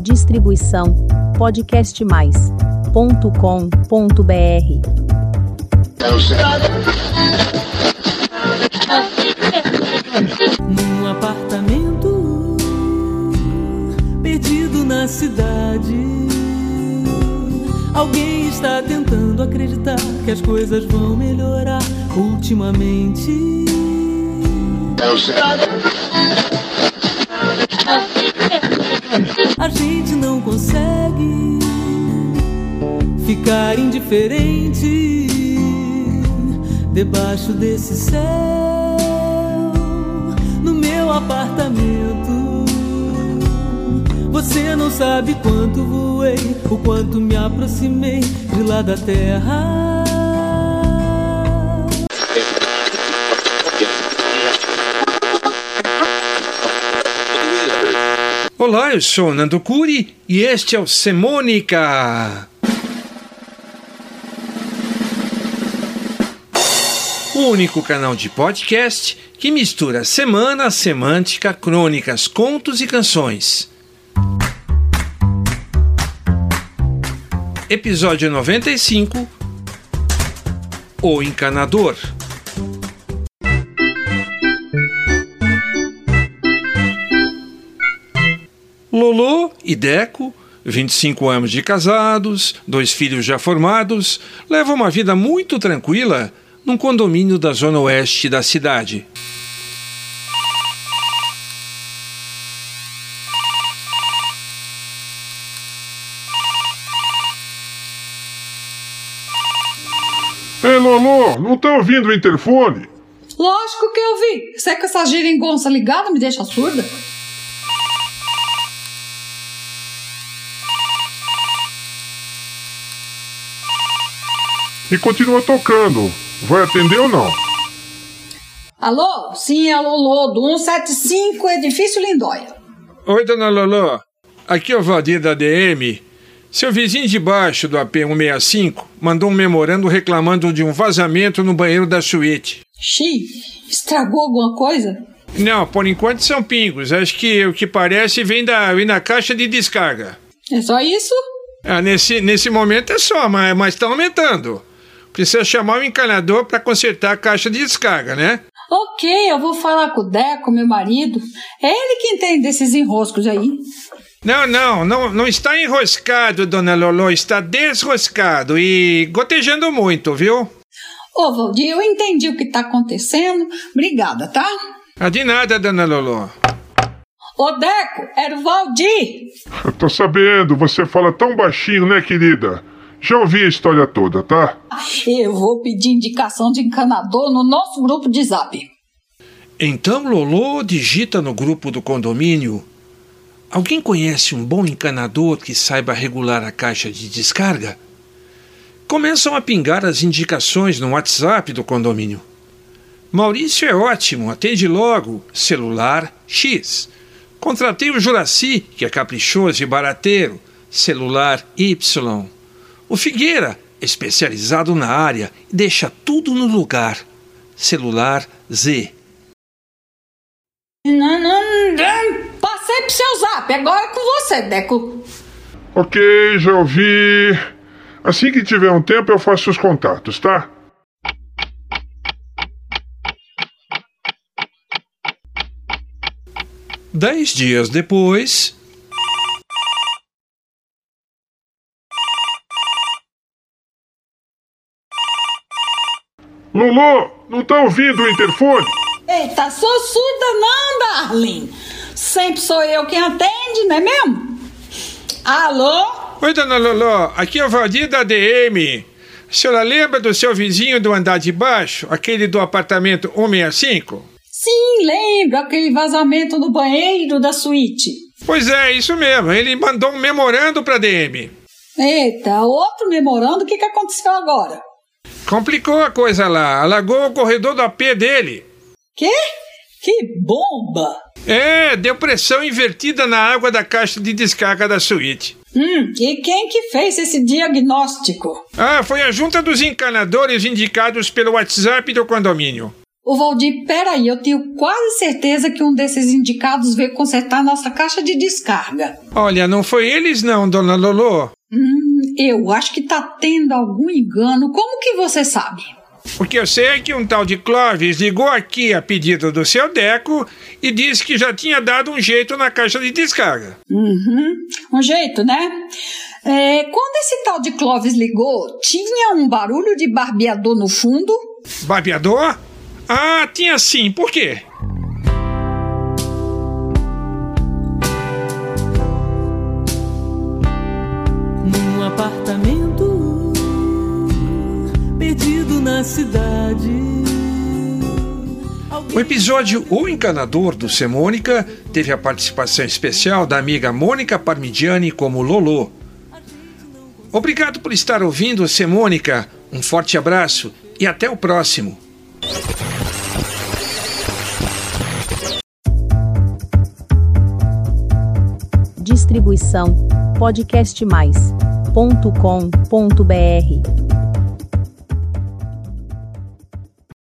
Distribuição podcastmais.com.br. Num apartamento perdido na cidade, alguém está tentando acreditar que as coisas vão melhorar ultimamente. A gente não consegue ficar indiferente debaixo desse céu. No meu apartamento, você não sabe quanto voei, o quanto me aproximei de lá da terra. Olá, eu sou Nando Curi e este é o Semônica. O único canal de podcast que mistura semana, semântica, crônicas, contos e canções. Episódio 95: O Encanador. Lolo e Deco, 25 anos de casados, 2 filhos já formados, levam uma vida muito tranquila num condomínio da zona oeste da cidade. Ei, Lolo, não tá ouvindo o interfone? Lógico que eu vi. Você com essa geringonça ligada me deixa surda? E continua tocando. Vai atender ou não? Alô? Sim, é Lolo, do 175, Edifício Lindóia. Oi, dona Lolo. Aqui é o Valdir da DM. Seu vizinho de baixo do AP 165 mandou um memorando reclamando de um vazamento no banheiro da suíte. Xiii, estragou alguma coisa? Não, por enquanto são pingos. Acho que o que parece vem da caixa de descarga. É só isso? Nesse momento é só, mas tá aumentando. Precisa chamar o encanador para consertar a caixa de descarga, né? Ok, eu vou falar com o Deco, meu marido. É ele que entende desses enroscos aí. Não está enroscado, dona Lolo, está desroscado e gotejando muito, viu? Ô, Valdir, eu entendi o que tá acontecendo. Obrigada, tá? De nada, dona Lolo. Ô, Deco, era o Valdir. Eu tô sabendo, você fala tão baixinho, né, querida? Já ouvi a história toda, tá? Eu vou pedir indicação de encanador no nosso grupo de zap. Então Lolo digita no grupo do condomínio: alguém conhece um bom encanador que saiba regular a caixa de descarga? Começam a pingar as indicações no WhatsApp do condomínio. Maurício é ótimo, atende logo, celular X. Contratei o Juraci, que é caprichoso e barateiro, celular Y. O Figueira, especializado na área, deixa tudo no lugar, celular Z. Passei pro seu zap, agora é com você, Deco. Ok, já ouvi. Assim que tiver um tempo eu faço os contatos, tá? Dez dias depois... Lolo, não tá ouvindo o interfone? Eita, sou surda não, darling. Sempre sou eu quem atende, não é mesmo? Alô? Oi, dona Lolo, aqui é o Valdir da DM. A senhora lembra do seu vizinho do andar de baixo, aquele do apartamento 165? Sim, lembro, aquele vazamento no banheiro da suíte. Pois é, isso mesmo, ele mandou um memorando pra DM. Eita, outro memorando, o que aconteceu agora? Complicou a coisa lá, alagou o corredor do AP dele. Quê? Que bomba! Deu pressão invertida na água da caixa de descarga da suíte. E quem que fez esse diagnóstico? Foi a junta dos encanadores indicados pelo WhatsApp do condomínio. Ô Valdir, peraí, eu tenho quase certeza que um desses indicados veio consertar nossa caixa de descarga. Olha, não foi eles não, dona Lolô. Eu acho que tá tendo algum engano. Como que você sabe? O que eu sei é que um tal de Clóvis ligou aqui a pedido do seu Deco e disse que já tinha dado um jeito na caixa de descarga. Um jeito, né? Quando esse tal de Clóvis ligou, tinha um barulho de barbeador no fundo? Barbeador? Ah, tinha sim. Por quê? Num apartamento perdido na cidade. O episódio O Encanador do Semônica teve a participação especial da amiga Mônica Parmigiani como Lolô. Obrigado por estar ouvindo Semônica. Um forte abraço e até o próximo. Distribuição podcastmais.com.br